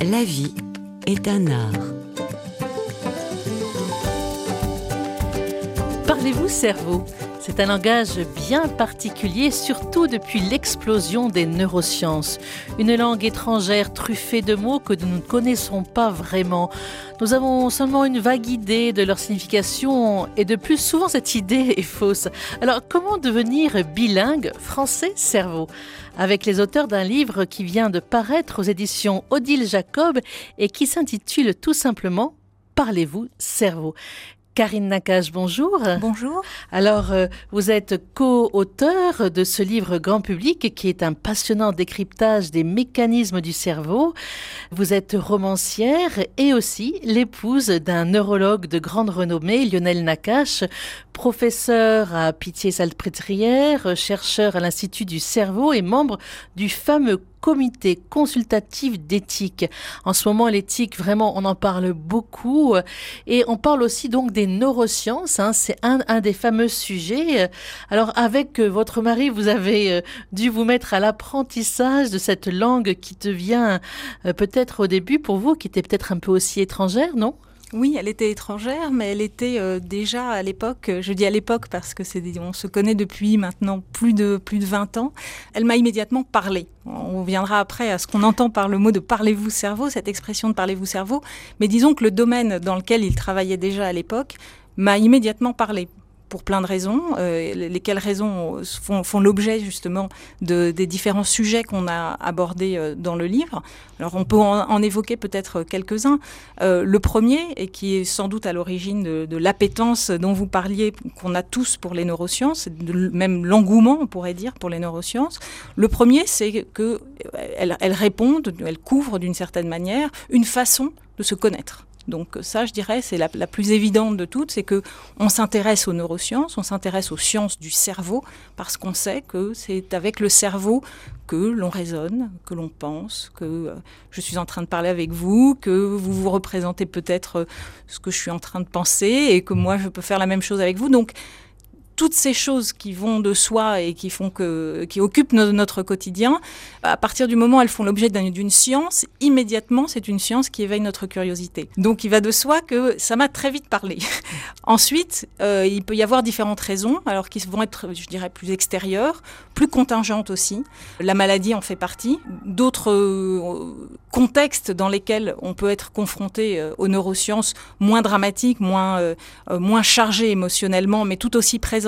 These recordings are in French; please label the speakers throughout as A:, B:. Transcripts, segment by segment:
A: La vie est un art.
B: Parlez-vous cerveau ? C'est un langage bien particulier, surtout depuis l'explosion des neurosciences. Une langue étrangère truffée de mots que nous ne connaissons pas vraiment. Nous avons seulement une vague idée de leur signification et de plus, souvent cette idée est fausse. Alors, comment devenir bilingue français-cerveau ? Avec les auteurs d'un livre qui vient de paraître aux éditions Odile Jacob et qui s'intitule tout simplement « Parlez-vous cerveau ». Karine Nakache, bonjour.
C: Bonjour.
B: Alors, vous êtes co-auteur de ce livre grand public qui est un passionnant décryptage des mécanismes du cerveau. Vous êtes romancière et aussi l'épouse d'un neurologue de grande renommée, Lionel Nakache, professeur à Pitié-Salpêtrière, chercheur à l'Institut du cerveau et membre du fameux comité consultatif d'éthique. En ce moment, l'éthique, vraiment, on en parle beaucoup. Et on parle aussi donc des neurosciences. C'est un des fameux sujets. Alors, avec votre mari, vous avez dû vous mettre à l'apprentissage de cette langue qui devient peut-être au début, pour vous, qui était peut-être un peu aussi étrangère, non ?
C: Oui, elle était étrangère, mais elle était déjà à l'époque, je dis à l'époque parce que on se connaît depuis maintenant plus de 20 ans, elle m'a immédiatement parlé. On viendra après à ce qu'on entend par le mot de « parlez-vous cerveau », cette expression de « parlez-vous cerveau », mais disons que le domaine dans lequel il travaillait déjà à l'époque m'a immédiatement parlé. Pour plein de raisons, lesquelles raisons font l'objet justement des différents sujets qu'on a abordés dans le livre. Alors on peut en évoquer peut-être quelques-uns. Le premier, et qui est sans doute à l'origine de l'appétence dont vous parliez, qu'on a tous pour les neurosciences, même l'engouement on pourrait dire pour les neurosciences. Le premier, c'est qu'elles répondent, elles couvrent d'une certaine manière une façon de se connaître. Donc ça, je dirais, c'est la plus évidente de toutes, c'est qu'on s'intéresse aux neurosciences, on s'intéresse aux sciences du cerveau, parce qu'on sait que c'est avec le cerveau que l'on raisonne, que l'on pense, que je suis en train de parler avec vous, que vous vous représentez peut-être ce que je suis en train de penser, et que moi, je peux faire la même chose avec vous. Donc, toutes ces choses qui vont de soi et qui occupent notre quotidien, à partir du moment où elles font l'objet d'une science, immédiatement, c'est une science qui éveille notre curiosité. Donc, il va de soi que ça m'a très vite parlé. Ensuite, il peut y avoir différentes raisons, alors qui vont être, je dirais, plus extérieures, plus contingentes aussi. La maladie en fait partie. D'autres contextes dans lesquels on peut être confronté aux neurosciences moins dramatiques, moins chargées émotionnellement, mais tout aussi présentes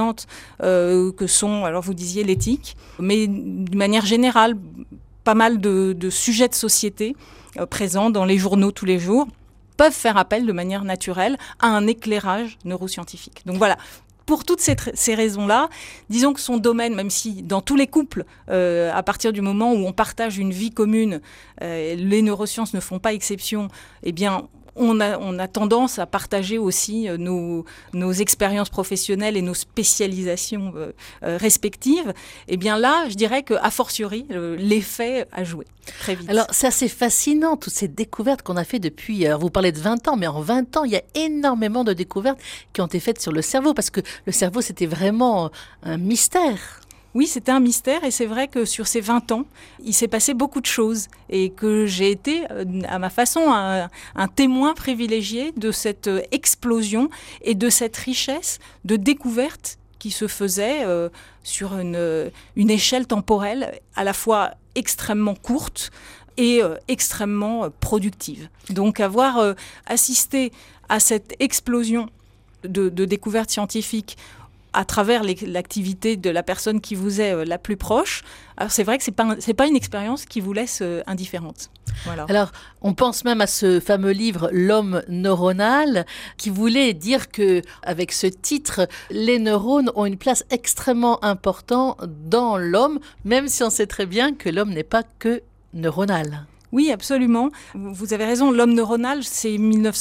C: que sont, alors vous disiez l'éthique, mais d'une manière générale, pas mal de sujets de société présents dans les journaux tous les jours peuvent faire appel de manière naturelle à un éclairage neuroscientifique. Donc voilà. Pour toutes ces raisons-là, disons que son domaine, même si dans tous les couples, à partir du moment où on partage une vie commune, les neurosciences ne font pas exception, eh bien, on a tendance à partager aussi nos expériences professionnelles et nos spécialisations respectives. Et bien là, je dirais qu'a fortiori, l'effet a joué très vite.
B: Alors, c'est assez fascinant, toutes ces découvertes qu'on a fait depuis, vous parlez de 20 ans, mais en 20 ans, il y a énormément de découvertes qui ont été faites sur le cerveau, parce que le cerveau, c'était vraiment un mystère.
C: Oui, c'était un mystère et c'est vrai que sur ces 20 ans, il s'est passé beaucoup de choses et que j'ai été, à ma façon, un témoin privilégié de cette explosion et de cette richesse de découvertes qui se faisait sur une échelle temporelle à la fois extrêmement courte et extrêmement productive. Donc avoir assisté à cette explosion de découvertes scientifiques à travers l'activité de la personne qui vous est la plus proche, alors c'est vrai que c'est pas une expérience qui vous laisse indifférente. Voilà.
B: Alors, on pense même à ce fameux livre « L'homme neuronal » qui voulait dire que, avec ce titre, les neurones ont une place extrêmement importante dans l'homme, même si on sait très bien que l'homme n'est pas que neuronal.
C: Oui, absolument. Vous avez raison, l'homme neuronal, c'est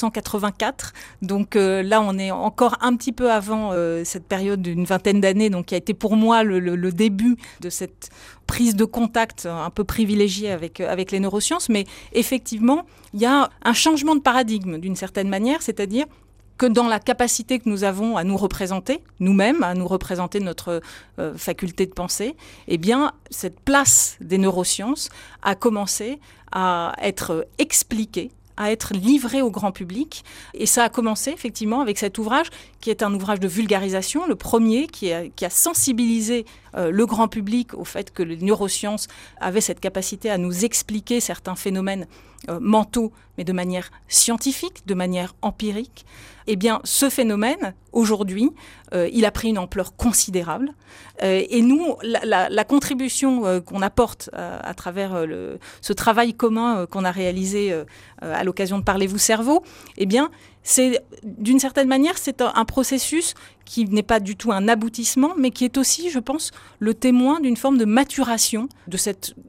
C: 1984. Donc là, on est encore un petit peu avant cette période d'une vingtaine d'années, donc qui a été pour moi le début de cette prise de contact un peu privilégiée avec les neurosciences. Mais effectivement, il y a un changement de paradigme d'une certaine manière, c'est-à-dire que dans la capacité que nous avons à nous représenter, nous-mêmes, à nous représenter notre faculté de penser, eh bien, cette place des neurosciences a commencé à être expliquée, à être livré au grand public. Et ça a commencé effectivement avec cet ouvrage qui est un ouvrage de vulgarisation, le premier qui a sensibilisé le grand public au fait que les neurosciences avaient cette capacité à nous expliquer certains phénomènes mentaux, mais de manière scientifique, de manière empirique. Eh bien, ce phénomène, aujourd'hui, il a pris une ampleur considérable. Et nous, la contribution qu'on apporte à travers ce travail commun qu'on a réalisé à l'occasion de Parlez-vous cerveau, eh bien, c'est d'une certaine manière, c'est un processus qui n'est pas du tout un aboutissement, mais qui est aussi, je pense, le témoin d'une forme de maturation de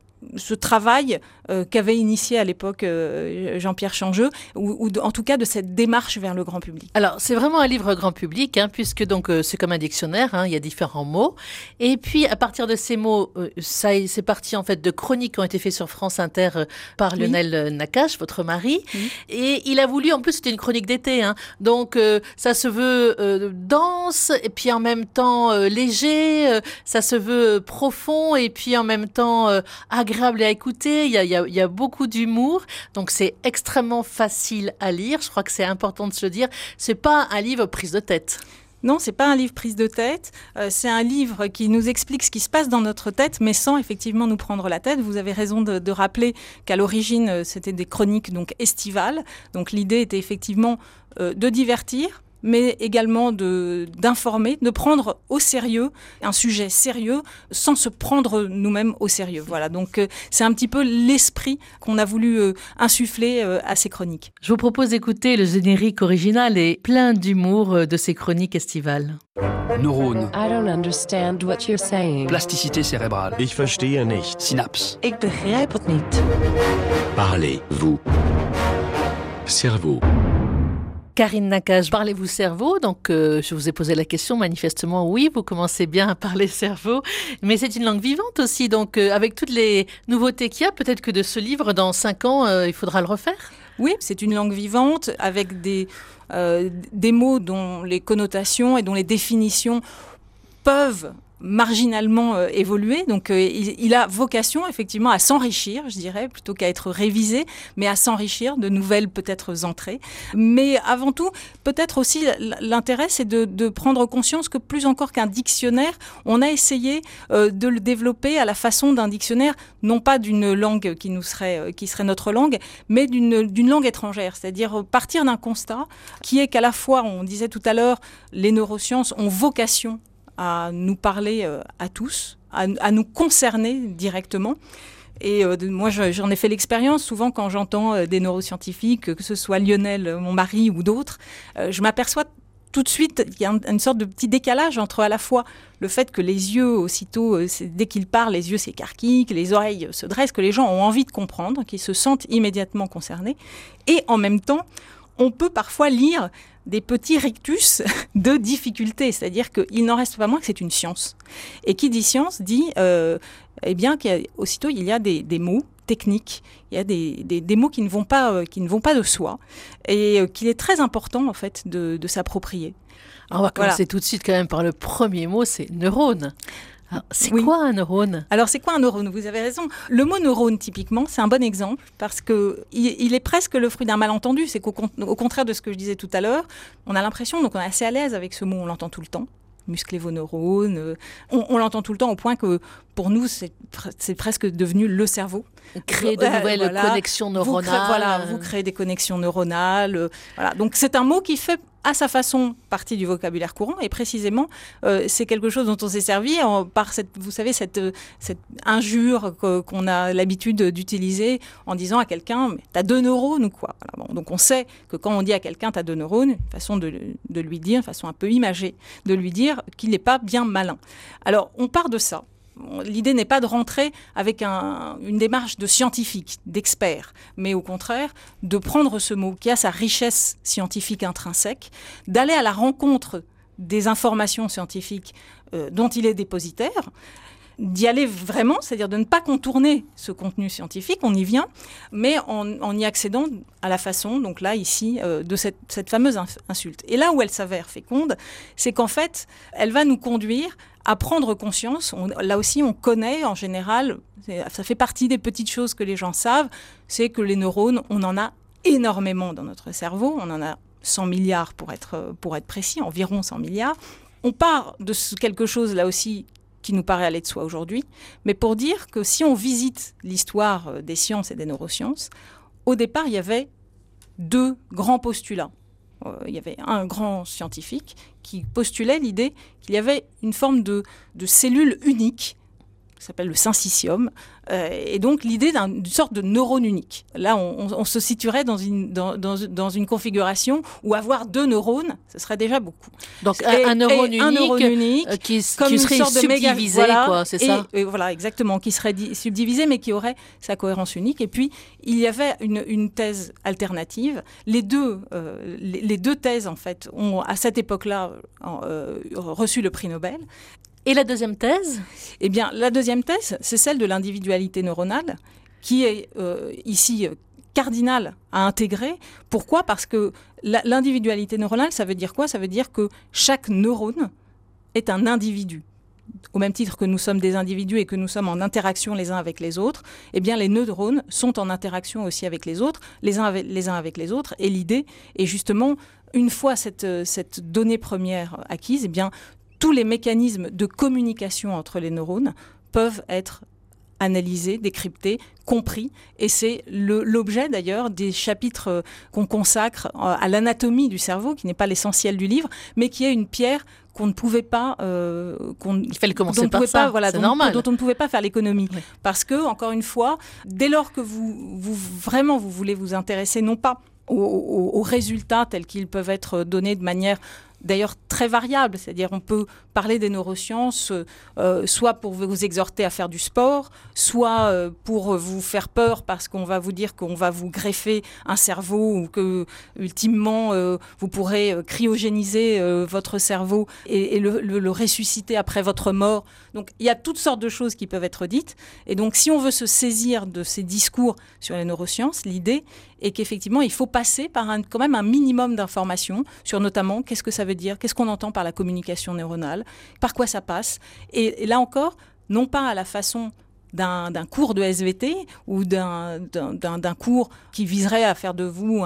C: ce travail qu'avait initié à l'époque Jean-Pierre Changeux, ou en tout cas de cette démarche vers le grand public.
B: Alors, c'est vraiment un livre grand public, puisque donc c'est comme un dictionnaire, il y a différents mots. Et puis, à partir de ces mots, c'est parti en fait de chroniques qui ont été faites sur France Inter par Lionel Nakache, votre mari. Oui. Et il a voulu, en plus, c'était une chronique d'été, donc ça se veut dense, et puis en même temps léger, ça se veut profond, et puis en même temps agréable à écouter. Il y a beaucoup d'humour, donc c'est extrêmement facile à lire. Je crois que c'est important de se le dire. C'est pas un livre prise de tête.
C: Non, c'est pas un livre prise de tête. C'est un livre qui nous explique ce qui se passe dans notre tête, mais sans effectivement nous prendre la tête. Vous avez raison de rappeler qu'à l'origine, c'était des chroniques donc estivales. Donc l'idée était effectivement de divertir, mais également d'informer, de prendre au sérieux un sujet sérieux sans se prendre nous-mêmes au sérieux. Voilà, donc c'est un petit peu l'esprit qu'on a voulu insuffler à ces chroniques.
B: Je vous propose d'écouter le générique original et plein d'humour de ces chroniques estivales.
D: Neuronen.
E: I don't understand what you're saying.
D: Plasticité cérébrale.
F: Ich verstehe nicht.
D: Synapse.
E: Ik begrijp het niet.
F: Parlez-vous cerveau.
B: Karine Nakache, parlez-vous cerveau? Donc, je vous ai posé la question, manifestement, oui, vous commencez bien à parler cerveau, mais c'est une langue vivante aussi, donc avec toutes les nouveautés qu'il y a, peut-être que de ce livre, dans 5 ans, il faudra le refaire?
C: Oui, c'est une langue vivante, avec des mots dont les connotations et dont les définitions peuvent marginalement évolué. Donc il a vocation effectivement à s'enrichir, je dirais, plutôt qu'à être révisé, mais à s'enrichir de nouvelles peut-être entrées. Mais avant tout, peut-être aussi l'intérêt, c'est de prendre conscience que plus encore qu'un dictionnaire, on a essayé de le développer à la façon d'un dictionnaire, non pas d'une langue qui serait notre langue, mais d'une langue étrangère. C'est-à-dire partir d'un constat qui est qu'à la fois, on disait tout à l'heure, les neurosciences ont vocation à nous parler à tous, à nous concerner directement. Et moi, j'en ai fait l'expérience. Souvent, quand j'entends des neuroscientifiques, que ce soit Lionel, mon mari, ou d'autres, je m'aperçois tout de suite qu'il y a une sorte de petit décalage entre à la fois le fait que les yeux, aussitôt, dès qu'ils parlent, les yeux s'écarquillent, que les oreilles se dressent, que les gens ont envie de comprendre, qu'ils se sentent immédiatement concernés. Et en même temps, on peut parfois lire des petits rictus de difficultés, c'est-à-dire qu'il n'en reste pas moins que c'est une science. Et qui dit science dit eh bien qu'aussitôt il y a des mots techniques, il y a des mots qui ne vont pas de soi, et qu'il est très important en fait de s'approprier.
B: Alors on va commencer tout de suite quand même par le premier mot, c'est neurone. Alors, c'est quoi un neurone ?
C: Alors, c'est quoi un neurone ? Vous avez raison. Le mot neurone, typiquement, c'est un bon exemple parce qu'il est presque le fruit d'un malentendu. C'est qu'au contraire de ce que je disais tout à l'heure, on a l'impression, donc on est assez à l'aise avec ce mot, on l'entend tout le temps. Musclez vos neurones. On l'entend tout le temps au point que, pour nous, c'est presque devenu le cerveau.
B: Créer de nouvelles connexions neuronales.
C: Vous créez des connexions neuronales. Voilà. Donc, c'est un mot qui fait à sa façon partie du vocabulaire courant, et précisément c'est quelque chose dont on s'est servi par cette injure qu'on a l'habitude d'utiliser en disant à quelqu'un « t'as 2 neurones » ou quoi. Voilà, bon, donc on sait que quand on dit à quelqu'un « t'as 2 neurones », une façon de lui dire, une façon un peu imagée, de lui dire qu'il n'est pas bien malin. Alors on part de ça. L'idée n'est pas de rentrer avec une démarche de scientifique, d'expert, mais au contraire, de prendre ce mot qui a sa richesse scientifique intrinsèque, d'aller à la rencontre des informations scientifiques dont il est dépositaire, d'y aller vraiment, c'est-à-dire de ne pas contourner ce contenu scientifique, on y vient, mais en y accédant à la façon, donc là, ici, de cette fameuse insulte. Et là où elle s'avère féconde, c'est qu'en fait, elle va nous conduire à prendre conscience. Là aussi, on connaît en général, ça fait partie des petites choses que les gens savent, c'est que les neurones, on en a énormément dans notre cerveau, on en a 100 milliards pour être précis, environ 100 milliards. On part de quelque chose, là aussi, qui nous paraît aller de soi aujourd'hui, mais pour dire que si on visite l'histoire des sciences et des neurosciences, au départ, il y avait 2 grands postulats. Il y avait un grand scientifique qui postulait l'idée qu'il y avait une forme de cellule unique, qui s'appelle le syncytium, et donc l'idée d'une sorte de neurone unique. Là, on se situerait dans une configuration où avoir 2 neurones, ce serait déjà beaucoup.
B: Donc un neurone unique qui serait subdivisé,
C: voilà,
B: c'est ça ?
C: Et voilà, exactement, qui serait subdivisé, mais qui aurait sa cohérence unique. Et puis, il y avait une thèse alternative. Les deux thèses, en fait, ont, à cette époque-là, reçu le prix Nobel.
B: Et la deuxième thèse ?
C: Eh bien, la deuxième thèse, c'est celle de l'individualité neuronale, qui est ici cardinale à intégrer. Pourquoi ? Parce que l'individualité neuronale, ça veut dire quoi ? Ça veut dire que chaque neurone est un individu. Au même titre que nous sommes des individus et que nous sommes en interaction les uns avec les autres, eh bien, les neurones sont en interaction aussi avec les autres, les uns avec les autres. Et l'idée est justement, une fois cette donnée première acquise, eh bien, tous les mécanismes de communication entre les neurones peuvent être analysés, décryptés, compris. Et c'est l'objet d'ailleurs des chapitres qu'on consacre à l'anatomie du cerveau, qui n'est pas l'essentiel du livre, mais qui est une pierre qu'on ne pouvait pas...
B: Il fallait commencer par ça, c'est normal.
C: Dont on ne pouvait pas faire l'économie. Oui. Parce que, encore une fois, dès lors que vous voulez vous intéresser, non pas aux résultats tels qu'ils peuvent être donnés de manière d'ailleurs très variable, c'est-à-dire on peut parler des neurosciences soit pour vous exhorter à faire du sport, soit pour vous faire peur parce qu'on va vous dire qu'on va vous greffer un cerveau ou que ultimement vous pourrez cryogéniser votre cerveau et le ressusciter après votre mort. Donc il y a toutes sortes de choses qui peuvent être dites, et donc si on veut se saisir de ces discours sur les neurosciences, l'idée est qu'effectivement il faut passer par quand même un minimum d'informations sur notamment qu'est-ce que ça veut dire, qu'est-ce qu'on entend par la communication neuronale, par quoi ça passe. Et là encore, non pas à la façon d'un cours de SVT ou d'un cours qui viserait à faire de vous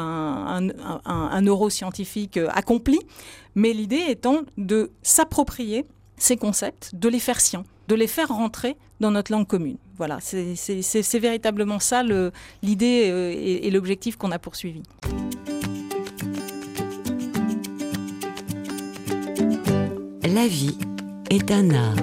C: un neuroscientifique accompli, mais l'idée étant de s'approprier ces concepts, de les faire siens, de les faire rentrer dans notre langue commune. Voilà, c'est véritablement ça l'idée et l'objectif qu'on a poursuivi.
A: La vie est un art.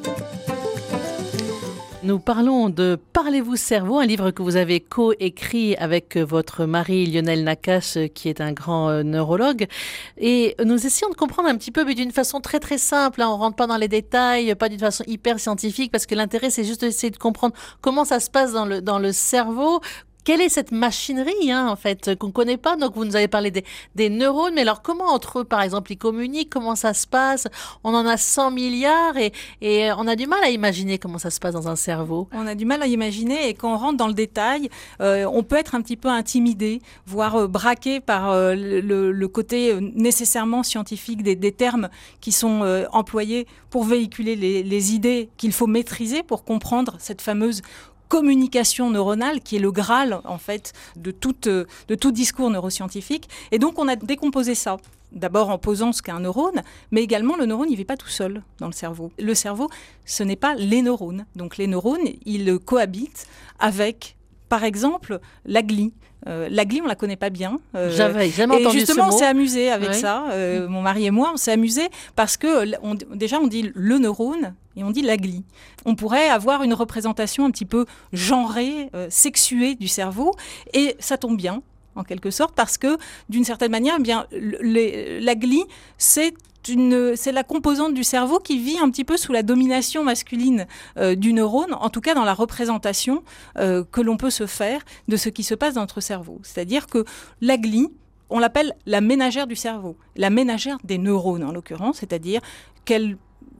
B: Nous parlons de Parlez-vous cerveau, un livre que vous avez co-écrit avec votre mari Lionel Nakache, qui est un grand neurologue. Et nous essayons de comprendre un petit peu, mais d'une façon très très simple. On ne rentre pas dans les détails, pas d'une façon hyper scientifique, parce que l'intérêt, c'est juste d'essayer de comprendre comment ça se passe dans le cerveau. Quelle est cette machinerie, en fait, qu'on ne connaît pas? Donc, vous nous avez parlé des neurones, mais alors comment entre eux, par exemple, ils communiquent? Comment ça se passe? On en a 100 milliards et on a du mal à imaginer comment ça se passe dans un cerveau.
C: On a du mal à imaginer, et quand on rentre dans le détail, on peut être un petit peu intimidé, voire braqué par le côté nécessairement scientifique des termes qui sont employés pour véhiculer les idées qu'il faut maîtriser pour comprendre cette fameuse communication neuronale qui est le Graal en fait de tout discours neuroscientifique. Et donc on a décomposé ça. D'abord en posant ce qu'est un neurone, mais également le neurone, il ne vit pas tout seul dans le cerveau. Le cerveau, ce n'est pas les neurones. Donc les neurones, ils cohabitent avec, par exemple, la glie. La glie, on la connaît pas bien.
B: J'avais jamais entendu ce mot.
C: Et justement, on s'est amusé avec ça. Mon mari et moi, on s'est amusé parce que déjà, on dit le neurone et on dit la glie. On pourrait avoir une représentation un petit peu genrée, sexuée du cerveau, et ça tombe bien, en quelque sorte, parce que d'une certaine manière, eh bien, la glie, c'est la composante du cerveau qui vit un petit peu sous la domination masculine du neurone, en tout cas dans la représentation que l'on peut se faire de ce qui se passe dans notre cerveau. C'est-à-dire que la glie, on l'appelle la ménagère du cerveau, la ménagère des neurones en l'occurrence, c'est-à-dire qu'elle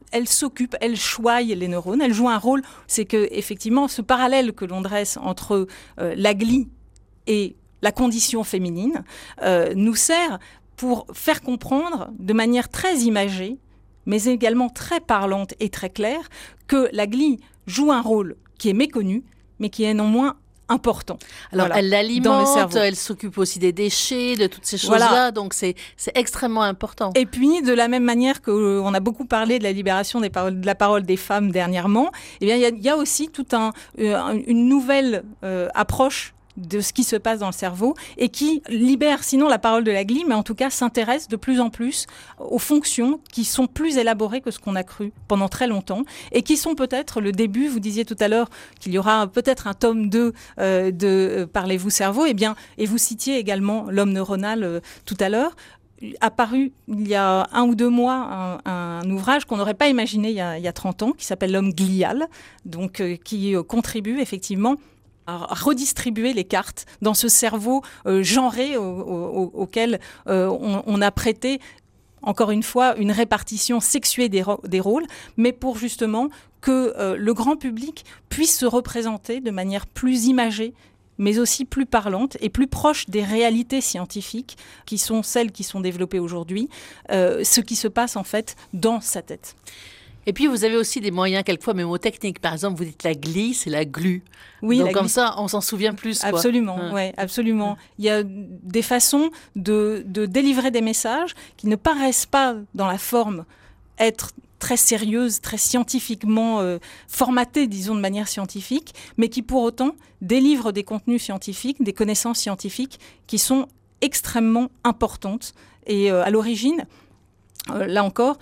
C: elle s'occupe, elle choye les neurones, elle joue un rôle. C'est que effectivement, ce parallèle que l'on dresse entre la glie et la condition féminine nous sert pour faire comprendre de manière très imagée, mais également très parlante et très claire, que la glie joue un rôle qui est méconnu, mais qui est néanmoins important.
B: Alors,
C: Voilà,
B: elle
C: dans le
B: l'alimente,
C: cerveau.
B: elle s'occupe aussi des déchets, de toutes ces
C: Voilà.
B: choses-là, donc c'est extrêmement important.
C: Et puis, de la même manière qu'on a beaucoup parlé de la libération de la parole des femmes dernièrement, eh bien, il y a aussi toute une nouvelle approche de ce qui se passe dans le cerveau et qui libère sinon la parole de la glie, mais en tout cas s'intéresse de plus en plus aux fonctions qui sont plus élaborées que ce qu'on a cru pendant très longtemps et qui sont peut-être le début. Vous disiez tout à l'heure qu'il y aura peut-être un tome 2 de Parlez-vous cerveau, et vous citiez également l'homme neuronal tout à l'heure. Apparu il y a 1 ou 2 mois un ouvrage qu'on n'aurait pas imaginé il y a 30 ans, qui s'appelle L'homme glial, donc qui contribue effectivement à redistribuer les cartes dans ce cerveau genré auquel on a prêté, encore une fois, une répartition sexuée des rôles, mais pour justement que le grand public puisse se représenter de manière plus imagée, mais aussi plus parlante et plus proche des réalités scientifiques qui sont celles qui sont développées aujourd'hui, ce qui se passe en fait dans sa tête.
B: Et puis, vous avez aussi des moyens, quelquefois mémotechniques. Par exemple, vous dites la glie, c'est la glu.
C: Oui,
B: donc,
C: la
B: comme
C: glie.
B: ça, on s'en souvient plus. Quoi.
C: Absolument,
B: Hein.
C: ouais, absolument. Il y a des façons de délivrer des messages qui ne paraissent pas, dans la forme, être très sérieuses, très scientifiquement formatées, disons, de manière scientifique, mais qui, pour autant, délivrent des contenus scientifiques, des connaissances scientifiques qui sont extrêmement importantes. Et à l'origine, là encore,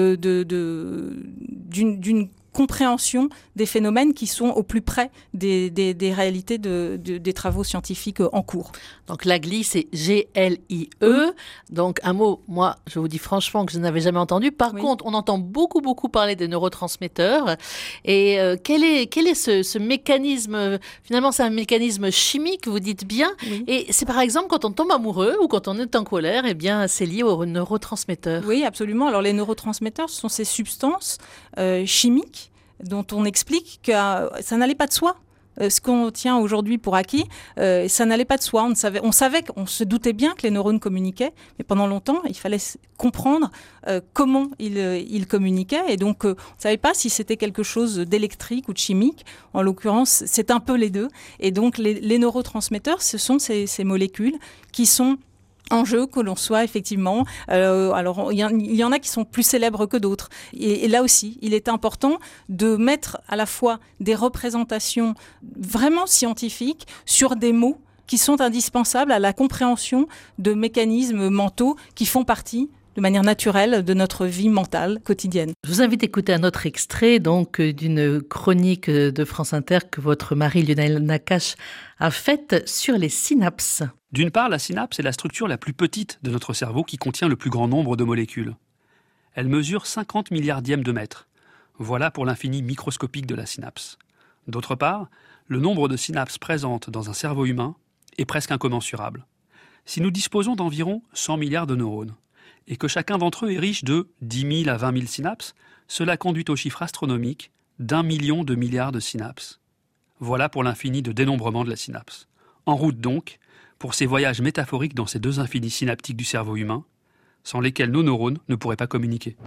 C: d'une compréhension des phénomènes qui sont au plus près des réalités des travaux scientifiques en cours.
B: Donc la glie, c'est G-L-I-E. Donc un mot, moi, je vous dis franchement que je n'avais jamais entendu. Par
C: Oui.
B: contre, on entend beaucoup parler des neurotransmetteurs. Et quel est ce mécanisme? Finalement, c'est un mécanisme chimique, vous dites bien.
C: Oui.
B: Et c'est par exemple quand on tombe amoureux ou quand on est en colère, eh bien, c'est lié aux neurotransmetteurs.
C: Oui, absolument. Alors les neurotransmetteurs, ce sont ces substances chimiques dont on explique que ça n'allait pas de soi. Ce qu'on tient aujourd'hui pour acquis, ça n'allait pas de soi. On se doutait bien que les neurones communiquaient, mais pendant longtemps, il fallait comprendre comment ils communiquaient. Et donc, on ne savait pas si c'était quelque chose d'électrique ou de chimique. En l'occurrence, c'est un peu les deux. Et donc, les neurotransmetteurs, ce sont ces molécules qui sont en jeu, que l'on soit effectivement. Alors, il y en a qui sont plus célèbres que d'autres. Et là aussi, il est important de mettre à la fois des représentations vraiment scientifiques sur des mots qui sont indispensables à la compréhension de mécanismes mentaux qui font partie de manière naturelle de notre vie mentale quotidienne.
B: Je vous invite à écouter un autre extrait donc d'une chronique de France Inter que votre mari Lionel Nakache a faite sur les synapses.
D: D'une part, la synapse est la structure la plus petite de notre cerveau qui contient le plus grand nombre de molécules. Elle mesure 50 milliardièmes de mètre. Voilà pour l'infini microscopique de la synapse. D'autre part, le nombre de synapses présentes dans un cerveau humain est presque incommensurable. Si nous disposons d'environ 100 milliards de neurones, et que chacun d'entre eux est riche de 10 000 à 20 000 synapses, cela conduit au chiffre astronomique d'1 million de milliards de synapses. Voilà pour l'infini de dénombrement de la synapse. En route donc, pour ces voyages métaphoriques dans ces deux infinis synaptiques du cerveau humain, sans lesquels nos neurones ne pourraient pas communiquer.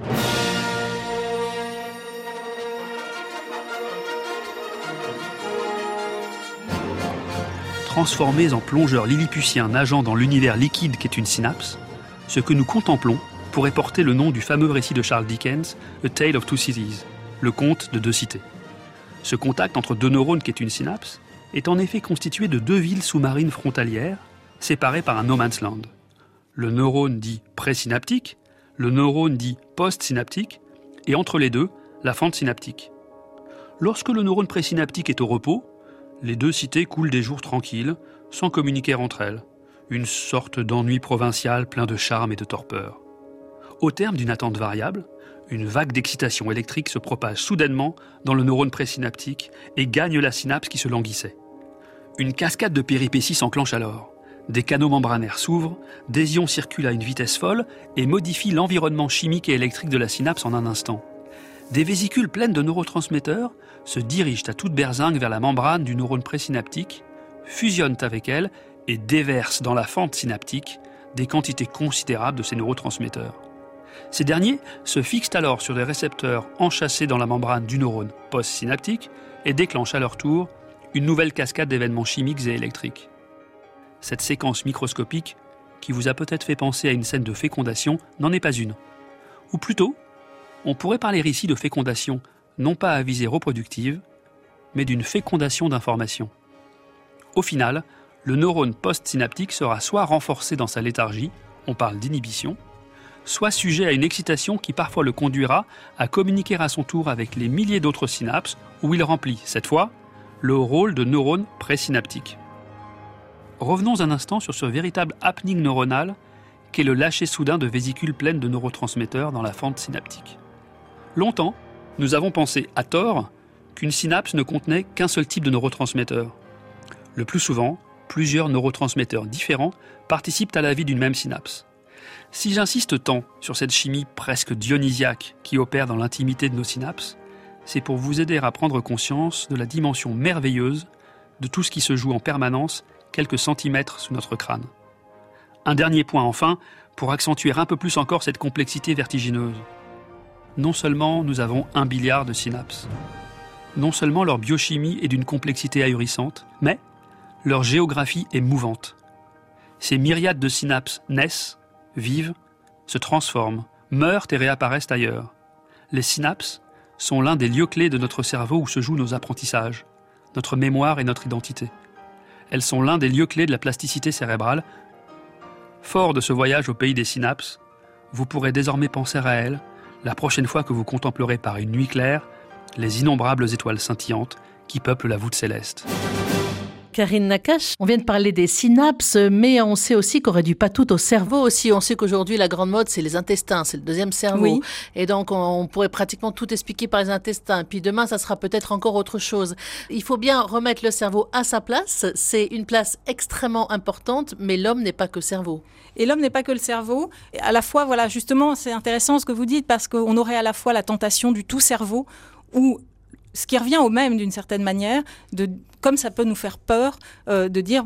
D: Transformés en plongeurs lilliputiens nageant dans l'univers liquide qu'est une synapse, ce que nous contemplons pourrait porter le nom du fameux récit de Charles Dickens, A Tale of Two Cities, le conte de deux cités. Ce contact entre deux neurones qu'est une synapse est en effet constitué de deux villes sous-marines frontalières, séparées par un no man's land. Le neurone dit présynaptique, le neurone dit postsynaptique, et entre les deux, la fente synaptique. Lorsque le neurone présynaptique est au repos, les deux cités coulent des jours tranquilles, sans communiquer entre elles. Une sorte d'ennui provincial plein de charme et de torpeur. Au terme d'une attente variable, une vague d'excitation électrique se propage soudainement dans le neurone présynaptique et gagne la synapse qui se languissait. Une cascade de péripéties s'enclenche alors. Des canaux membranaires s'ouvrent, des ions circulent à une vitesse folle et modifient l'environnement chimique et électrique de la synapse en un instant. Des vésicules pleines de neurotransmetteurs se dirigent à toute berzingue vers la membrane du neurone présynaptique, fusionnent avec elle et déversent dans la fente synaptique des quantités considérables de ces neurotransmetteurs. Ces derniers se fixent alors sur des récepteurs enchâssés dans la membrane du neurone postsynaptique et déclenchent à leur tour une nouvelle cascade d'événements chimiques et électriques. Cette séquence microscopique, qui vous a peut-être fait penser à une scène de fécondation, n'en est pas une. Ou plutôt, on pourrait parler ici de fécondation, non pas à visée reproductive, mais d'une fécondation d'informations. Au final, le neurone postsynaptique sera soit renforcé dans sa léthargie, on parle d'inhibition, soit sujet à une excitation qui parfois le conduira à communiquer à son tour avec les milliers d'autres synapses où il remplit, cette fois, le rôle de neurone présynaptique. Revenons un instant sur ce véritable happening neuronal qu'est le lâcher soudain de vésicules pleines de neurotransmetteurs dans la fente synaptique. Longtemps, nous avons pensé, à tort, qu'une synapse ne contenait qu'un seul type de neurotransmetteur. Le plus souvent, plusieurs neurotransmetteurs différents participent à la vie d'une même synapse. Si j'insiste tant sur cette chimie presque dionysiaque qui opère dans l'intimité de nos synapses, c'est pour vous aider à prendre conscience de la dimension merveilleuse de tout ce qui se joue en permanence quelques centimètres sous notre crâne. Un dernier point enfin, pour accentuer un peu plus encore cette complexité vertigineuse. Non seulement nous avons 1 billiard de synapses, non seulement leur biochimie est d'une complexité ahurissante, mais leur géographie est mouvante. Ces myriades de synapses naissent, vivent, se transforment, meurent et réapparaissent ailleurs. Les synapses sont l'un des lieux clés de notre cerveau où se jouent nos apprentissages, notre mémoire et notre identité. Elles sont l'un des lieux clés de la plasticité cérébrale. Fort de ce voyage au pays des synapses, vous pourrez désormais penser à elles la prochaine fois que vous contemplerez par une nuit claire les innombrables étoiles scintillantes qui peuplent la voûte céleste.
B: Karine Nakache, on vient de parler des synapses, mais on sait aussi qu'on réduit pas tout au cerveau aussi. On sait qu'aujourd'hui, la grande mode, c'est les intestins, c'est le deuxième cerveau.
C: Oui.
B: Et donc, on pourrait pratiquement tout expliquer par les intestins. Puis demain, ça sera peut-être encore autre chose. Il faut bien remettre le cerveau à sa place. C'est une place extrêmement importante, mais l'homme n'est pas que cerveau.
C: Et l'homme n'est pas que le cerveau. Et à la fois, voilà, justement, c'est intéressant ce que vous dites, parce qu'on aurait à la fois la tentation du tout cerveau, ou ce qui revient au même d'une certaine manière, comme ça peut nous faire peur, de dire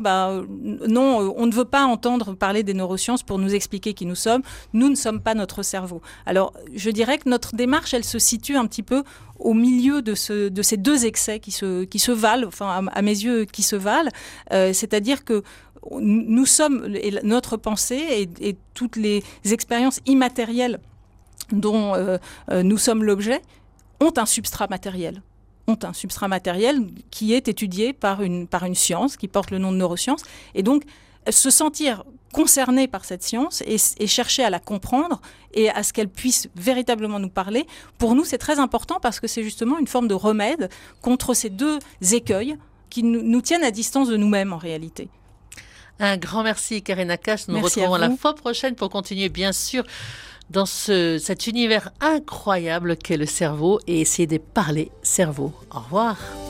C: non, on ne veut pas entendre parler des neurosciences pour nous expliquer qui nous sommes. Nous ne sommes pas notre cerveau. Alors, je dirais que notre démarche, elle se situe un petit peu au milieu de ces deux excès qui se valent, enfin à mes yeux, qui se valent. C'est-à-dire que nous sommes, et notre pensée et toutes les expériences immatérielles dont nous sommes l'objet ont un substrat matériel. Qui est étudié par une science qui porte le nom de neurosciences. Et donc, se sentir concerné par cette science et chercher à la comprendre et à ce qu'elle puisse véritablement nous parler, pour nous, c'est très important parce que c'est justement une forme de remède contre ces deux écueils qui nous tiennent à distance de nous-mêmes en réalité.
B: Un grand merci, Karine Nakache. Nous
C: Merci
B: retrouvons la fois prochaine pour continuer, bien sûr, dans cet univers incroyable qu'est le cerveau et essayer de parler cerveau. Au revoir.